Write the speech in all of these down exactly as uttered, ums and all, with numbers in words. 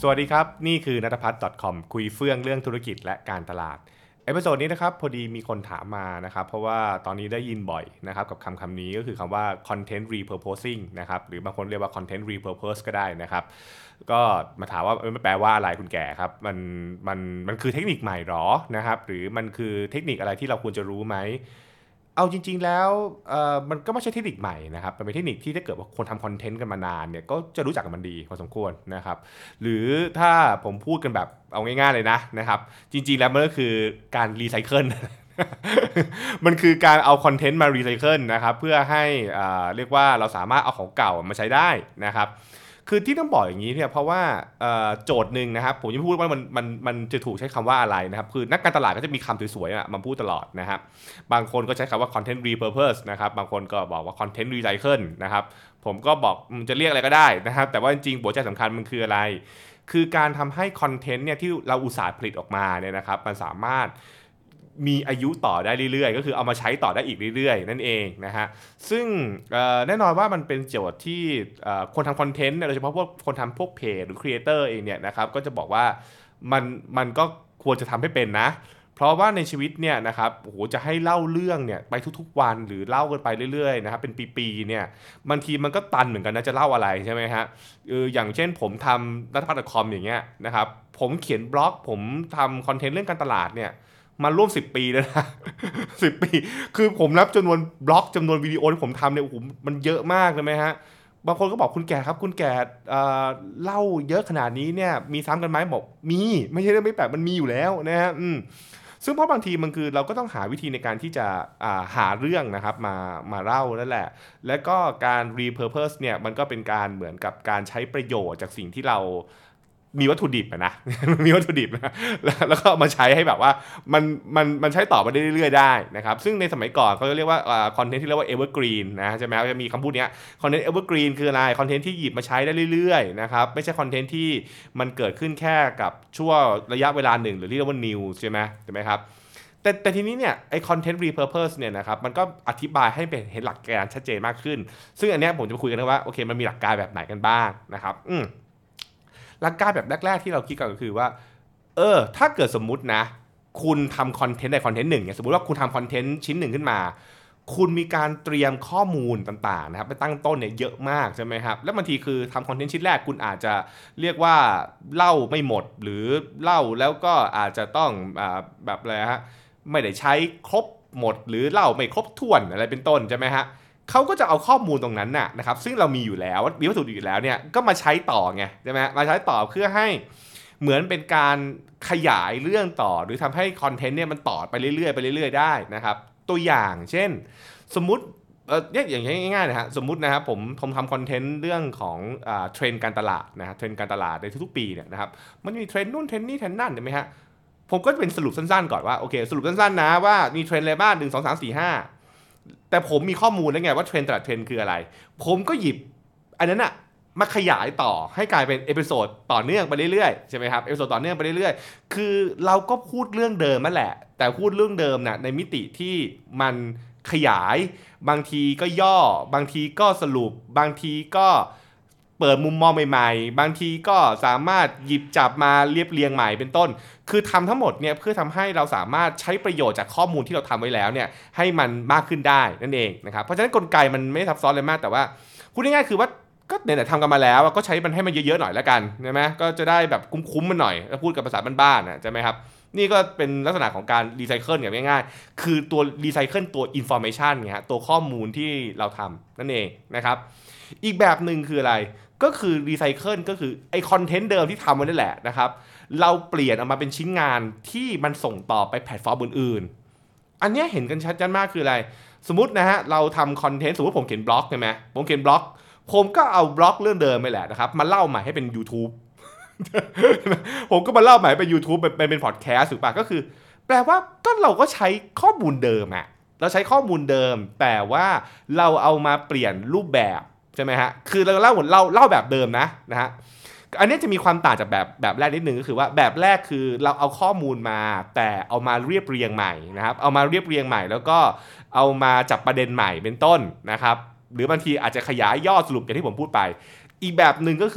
วัสดีครับนี่คือนัทพัฒน์ .com คุยเฟื่องเรื่องธุรกิจและการตลาดเอพิโซดนี้นะครับพอดีมีคนถามมานะครับเพราะว่าตอนนี้ได้ยินบ่อยนะครับกับคำคำนี้ก็คือคำว่า content repurposing นะครับหรือบางคนเรียกว่า content repurpose ก็ได้นะครับก็มาถามว่ามันแปลว่าอะไรคุณแก่ครับมันมันมันคือเทคนิคใหม่หรอนะครับหรือมันคือเทคนิคอะไรที่เราควรจะรู้ไหมเอาจริงๆแล้วเอ่อมันก็ไม่ใช่เทคนิคใหม่นะครับมันเป็นเทคนิคที่ถ้าเกิดว่าคนทำคอนเทนต์กันมานานเนี่ยก็จะรู้จักกับมันดีพอสมควรนะครับหรือถ้าผมพูดกันแบบเอาง่ายๆเลยนะนะครับจริงๆแล้วมันก็คือการรีไซเคิล มันคือการเอาคอนเทนต์มารีไซเคิลนะครับเพื่อให้อ่าเรียกว่าเราสามารถเอาของเก่ามาใช้ได้นะครับคือที่ต้องบอกอย่างนี้เนี่ยเพราะว่าเอ่อโจทย์หนึ่งนะครับผมจะพูดว่ามันมันมันจะถูกใช้คำว่าอะไรนะครับคือนักการตลาดก็จะมีคำสวยๆอะมาพูดตลอดนะครับบางคนก็ใช้คำว่า content repurpose นะครับบางคนก็บอกว่า content recycle นะครับผมก็บอกมันจะเรียกอะไรก็ได้นะครับแต่ว่าจริงๆหัวใจสำคัญมันคืออะไรคือการทำให้คอนเทนต์เนี่ยที่เราอุตสาห์ผลิตออกมาเนี่ยนะครับมันสามารถมีอายุต่อได้เรื่อยๆก็คือเอามาใช้ต่อได้อีกเรื่อยๆนั่นเองนะฮะซึ่งแน่นอนว่ามันเป็นโจทย์ที่คนทำคอนเทนต์โดยเฉพาะพวกคนทำพวกเพจหรือครีเอเตอร์เองเนี่ยนะครับก็จะบอกว่ามันมันก็ควรจะทำให้เป็นนะเพราะว่าในชีวิตเนี่ยนะครับโอ้โหจะให้เล่าเรื่องเนี่ยไปทุกๆวันหรือเล่ากันไปเรื่อยๆนะครับเป็นปีๆเนี่ยบางทีมันก็ตันเหมือนกันนะจะเล่าอะไรใช่ไหมฮะเอออย่างเช่นผมทำนัทพัฒน์ .com อย่างเงี้ยนะครับผมเขียนบล็อกผมทำคอนเทนต์เรื่องการตลาดเนี่ยมาร่วมสิบปีแล้วนะ สิบปีคือผมนับจำนวนบล็อกจำนวนวิดีโอที่ผมทำเนี่ยโอ้โหมันเยอะมากเลยไหมฮะบางคนก็บอกคุณแก่ครับคุณแก่เอ่อเล่าเยอะขนาดนี้เนี่ยมีซ้ำกันไหมบอกมีไม่ใช่เรื่องไม่แปลกมันมีอยู่แล้วนะฮะอืมซึ่งเพราะบางทีมันคือเราก็ต้องหาวิธีในการที่จะอ่าหาเรื่องนะครับมามาเล่านั่นแหละและก็การ repurpose เนี่ยมันก็เป็นการเหมือนกับการใช้ประโยชน์จากสิ่งที่เรามีวัตถุดิบอะนะ มีวัตถุดิบนะแล้วแล้วก็มาใช้ให้แบบว่ามันมันมันใช้ต่อไปได้เรื่อยๆได้นะครับซึ่งในสมัยก่อนเขาจะเรียกว่าคอนเทนต์ที่เรียกว่า evergreen นะใช่ไหมจะมีคำพูดเนี้ยคอนเทนต์ evergreen คืออะไรคอนเทนต์ที่หยิบมาใช้ได้เรื่อยๆนะครับไม่ใช่คอนเทนต์ที่มันเกิดขึ้นแค่กับช่วงระยะเวลาหนึ่งหรือที่เรียกว่า news ใช่ไหมใช่ไหมครับแต่แต่ทีนี้เนี่ยไอคอนเทนต์ repurpose เนี่ยนะครับมันก็อธิบายให้เป็นเห็นหลักการชัดเจนมากขึ้นซึ่งอันเนี้ยผมจะมาคุยกันว่าโอเคมันมีหลักการแบบไหนกันบ้างนะครับอืม หลักการแบบแรกๆที่เราคิดกันก็คือว่าเออถ้าเกิดสมมุตินะคุณทำคอนเทนต์ในคอนเทนต์หนึ่งเนี่ยสมมติว่าคุณทำคอนเทนต์ชิ้นหนึ่งขึ้นมาคุณมีการเตรียมข้อมูลต่างๆนะครับไปตั้งต้นเนี่ยเยอะมากใช่ไหมครับแล้วบางทีคือทำคอนเทนต์ชิ้นแรกคุณอาจจะเรียกว่าเล่าไม่หมดหรือเล่าแล้วก็อาจจะต้องอ่าแบบอะไรฮะไม่ได้ใช้ครบหมดหรือเล่าไม่ครบถ้วนอะไรเป็นต้นใช่ไหมฮะ เขาก็จะเอาข้อมูลตรงนั้นน่ะนะครับซึ่งเรามีอยู่แล้วมีวัตถุดิบอยู่แล้วเนี่ยก็มาใช้ต่อไงใช่ไหมมาใช้ต่อเพื่อให้เหมือนเป็นการขยายเรื่องต่อหรือทำให้คอนเทนต์เนี่ยมันต่อไปเรื่อยๆไปเรื่อยๆได้นะครับตัวอย่างเช่นสมมุติเอออย่างง่ายๆนะฮะสมมุตินะครับผมผมทำคอนเทนต์เรื่องของอ่าเทรนด์การตลาดนะฮะเทรนด์การตลาดในทุกๆปีเนี่ยนะครับมันมีเทรนด์นู่นเทรนด์นี่เทรนด์นั่นเห็นไหมฮะผมก็จะเป็นสรุปสั้นๆก่อนว่าโอเคสรุปสั้นๆนะว่ามีเทรนด์อะไรบ้างหนึ่งสองสามสี่ห้า แต่ผมมีข้อมูลแล้วไงว่าเทรนด์แต่ละเทรนด์คืออะไรผมก็หยิบอันนั้นอะมาขยายต่อให้กลายเป็นเอพิโซดต่อเนื่องไปเรื่อยๆใช่ไหมครับเอพิโซดต่อเนื่องไปเรื่อยๆคือเราก็พูดเรื่องเดิมนั่นแหละแต่พูดเรื่องเดิมนะในมิติที่มันขยายบางทีก็ย่อบางทีก็สรุปบางทีก็เปิดมุมมองใหม่ๆบางทีก็สามารถหยิบจับมาเรียบเรียงใหม่เป็นต้นคือทำทั้งหมดเนี่ยเพื่อทำให้เราสามารถใช้ประโยชน์จากข้อมูลที่เราทำไว้แล้วเนี่ยให้มันมากขึ้นได้นั่นเองนะครับเพราะฉะนั้นกลไกมันไม่ซับซ้อนเลยมากแต่ว่าพูดง่ายๆคือว่าก็ไหนๆทำกันมาแล้วก็ใช้มันให้มันเยอะๆหน่อยแล้วกันใช่ไหมก็จะได้แบบคุ้มๆมันหน่อยถ้าพูดกับภาษาบ้านๆนะใช่ไหมครับนี่ก็เป็นลักษณะของการรีไซเคิลอย่างง่ายๆคือตัวรีไซเคิลตัวอินฟอร์เมชันไงฮะตัวข้อมูลที่เราทำนั่นเองนะครับอีกแบบหนึ่งคืออะไรก็คือรีไซเคิลก็คือไอคอนเทนต์เดิมที่ทำไว้นั่นแหละนะครับเราเปลี่ยนออกมาเป็นชิ้นงานที่มันส่งต่อไปแพลตฟอร์มอื่นๆอันนี้เห็นกันชัดๆมากคืออะไรสมมตินะฮะเราทำคอนเทนต์สมมติผมเขียนบล็อกใช่ไหมผมเขียนบล็อกผมก็เอาบล็อกเรื่องเดิมไปแหละนะครับมาเล่าใหม่ให้เป็น YouTube ผมก็มาเล่าใหม่เป็น YouTube เป็นเป็นพอดแคสต์ถูกป่ะก็คือแปลว่าก็เราก็ใช้ข้อมูลเดิมอะเราใช้ข้อมูลเดิมแต่ว่าเราเอามาเปลี่ยนรูปแบบใช่ไหมฮะคือเราเล่าเหมือนเราเล่าแบบเดิมนะนะฮะอันนี้จะมีความต่างจากแบบแบบแรกนิดนึงก็คือว่าแบบแรกคือเราเอาข้อมูลมาแต่เอามาเรียบเรียงใหม่นะครับเอามาเรียบเรียงใหม่แล้วก็เอามาจับประเด็นใหม่เป็นต้นนะครับหรือบางทีอาจจะขยายย่อสรุปอย่างที่ผมพูดไปอีกแบบหนึ่งก็คือ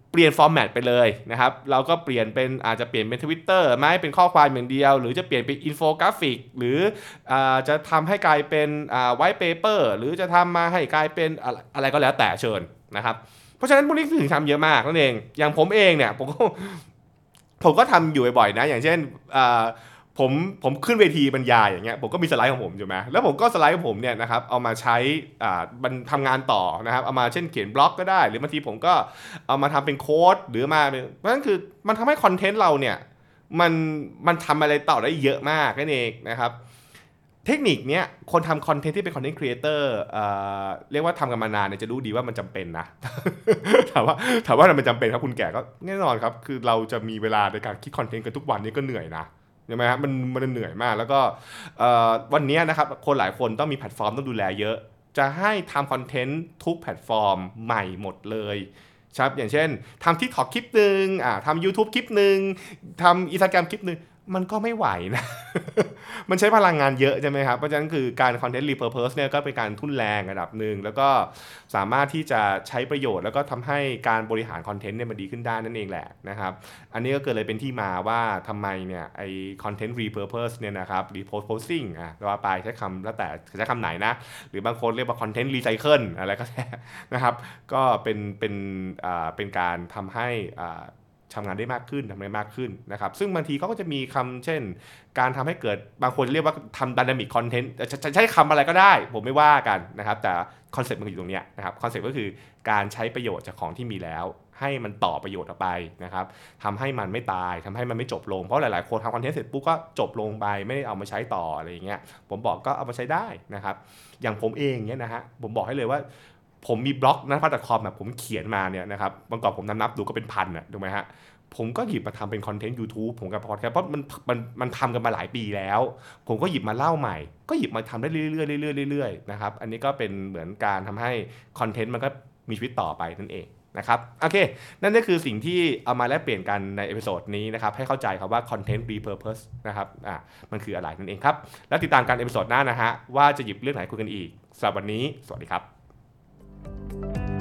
เปลี่ยนฟอร์แมตไปเลยนะครับเราก็เปลี่ยนเป็นอาจจะเปลี่ยนเป็น Twitter ไหมเป็นข้อความอย่างเดียวหรือจะเปลี่ยนเป็นอินโฟกราฟิกหรืออ่าจะทำให้กลายเป็นอ่าไวท์เปเปอร์หรือจะทำมาให้กลายเป็นอะไรก็แล้วแต่เชิญนะครับเพราะฉะนั้นพวกนี้ถึงทำเยอะมากนั่นเองอย่างผมเองเนี่ยผมก็ผมก็ทำอยู่บ่อยๆนะอย่างเช่นอ่าผมผมขึ้นเวทีบรรยายอย่างเงี้ยผมก็มีสไลด์ของผมอยู่ไหมแล้วผมก็สไลด์ของผมเนี่ยนะครับเอามาใช้อ่ามันทำงานต่อนะครับเอามาเช่นเขียนบล็อกก็ได้หรือบางทีผมก็เอามาทำเป็นโค้ดหรือมาเพราะฉะนั้นคือมันทำให้คอนเทนต์เราเนี่ยมันมันทำอะไรต่อได้เยอะมากนั่นเองนะครับเทคนิคเนี้ยคนทำคอนเทนต์ที่เป็นคอนเทนต์ครีเอเตอร์เอ่อเรียกว่าทำกันมานานเนี่ยจะรู้ดีว่ามันจำเป็นนะ ถามว่าถามว่ามันจำเป็นครับคุณแก่ก็แน่นอนครับคือเราจะมีเวลาในการคิดคอนเทนต์กันทุกวันนี้ก็เหนื่อยนะใช่ไหมครับมันมันเหนื่อยมากแล้วก็วันนี้นะครับคนหลายคนต้องมีแพลตฟอร์มต้องดูแลเยอะจะให้ทำคอนเทนต์ทุกแพลตฟอร์มใหม่หมดเลยครับอย่างเช่นทำ TikTok คลิปหนึ่งอ่าทำ YouTube คลิปหนึ่งทำ Instagram คลิปหนึ่งมันก็ไม่ไหวนะ มันใช้พลังงานเยอะใช่ไหมครับเพราะฉะนั้นคือการ content repurpose เนี่ยก็เป็นการทุ่นแรงระดับหนึ่งแล้วก็สามารถที่จะใช้ประโยชน์แล้วก็ทำให้การบริหารคอนเทนต์เนี่ยมันดีขึ้นได้นั่นเองแหละนะครับอันนี้ก็เกิดเลยเป็นที่มาว่าทำไมเนี่ยไอ้ content repurpose เนี่ยนะครับ repurposing อ่ะว่าไปใช้คำแล้วแต่ใช้คำไหนนะหรือบางคนเรียกว่า content recycle อะไรก็ได้นะครับก็เป็นเป็นอ่าเป็นการทำให้อ่าทำงานได้มากขึ้นทำได้มากขึ้นนะครับซึ่งบางทีเขาก็จะมีคำเช่นการทำให้เกิดบางคนเรียกว่าทำ dynamic content จะใช้คำอะไรก็ได้ผมไม่ว่ากันนะครับแต่คอนเซ็ปต์มันอยู่ตรงนี้นะครับคอนเซ็ปต์ก็คือการใช้ประโยชน์จากของที่มีแล้วให้มันต่อประโยชน์ออกไปนะครับทำให้มันไม่ตายทำให้มันไม่จบลงเพราะหลายๆคนทำคอนเทนต์เสร็จปุ๊บก็จบลงไปไม่ได้เอามาใช้ต่ออะไรอย่างเงี้ยผมบอกก็เอามาใช้ได้นะครับอย่างผมเองเนี่ยนะฮะผมบอกให้เลยว่าผมมีบล็อกนัทพัฒน์ .com แบบผมเขียนมาเนี่ยนะครับบางก่อนผมนับๆดูก็เป็นพันอ่ะถูกไหมฮะผมก็หยิบมาทำเป็นคอนเทนต์ YouTube ผมกับพอดแคสต์เพราะมันมันมันทำกันมาหลายปีแล้วผมก็หยิบมาเล่าใหม่ก็หยิบมาทำได้เรื่อยๆเรื่อยๆเรื่อยๆนะครับอันนี้ก็เป็นเหมือนการทำให้คอนเทนต์มันก็มีชีวิตต่อไปนั่นเองนะครับโอเคนั่นก็คือสิ่งที่เอามาแลกเปลี่ยนกันในเอพิโซดนี้นะครับให้เข้าใจครับว่า content repurpose นะครับอ่ะมันคืออะไรนั่นเองครับแล้วติดตามกันเอพิโซดหน้านะฮะว่าจะหยิบเรื่องไหนคุยกันอีกสำหรับวันนี้สวัสดีครับ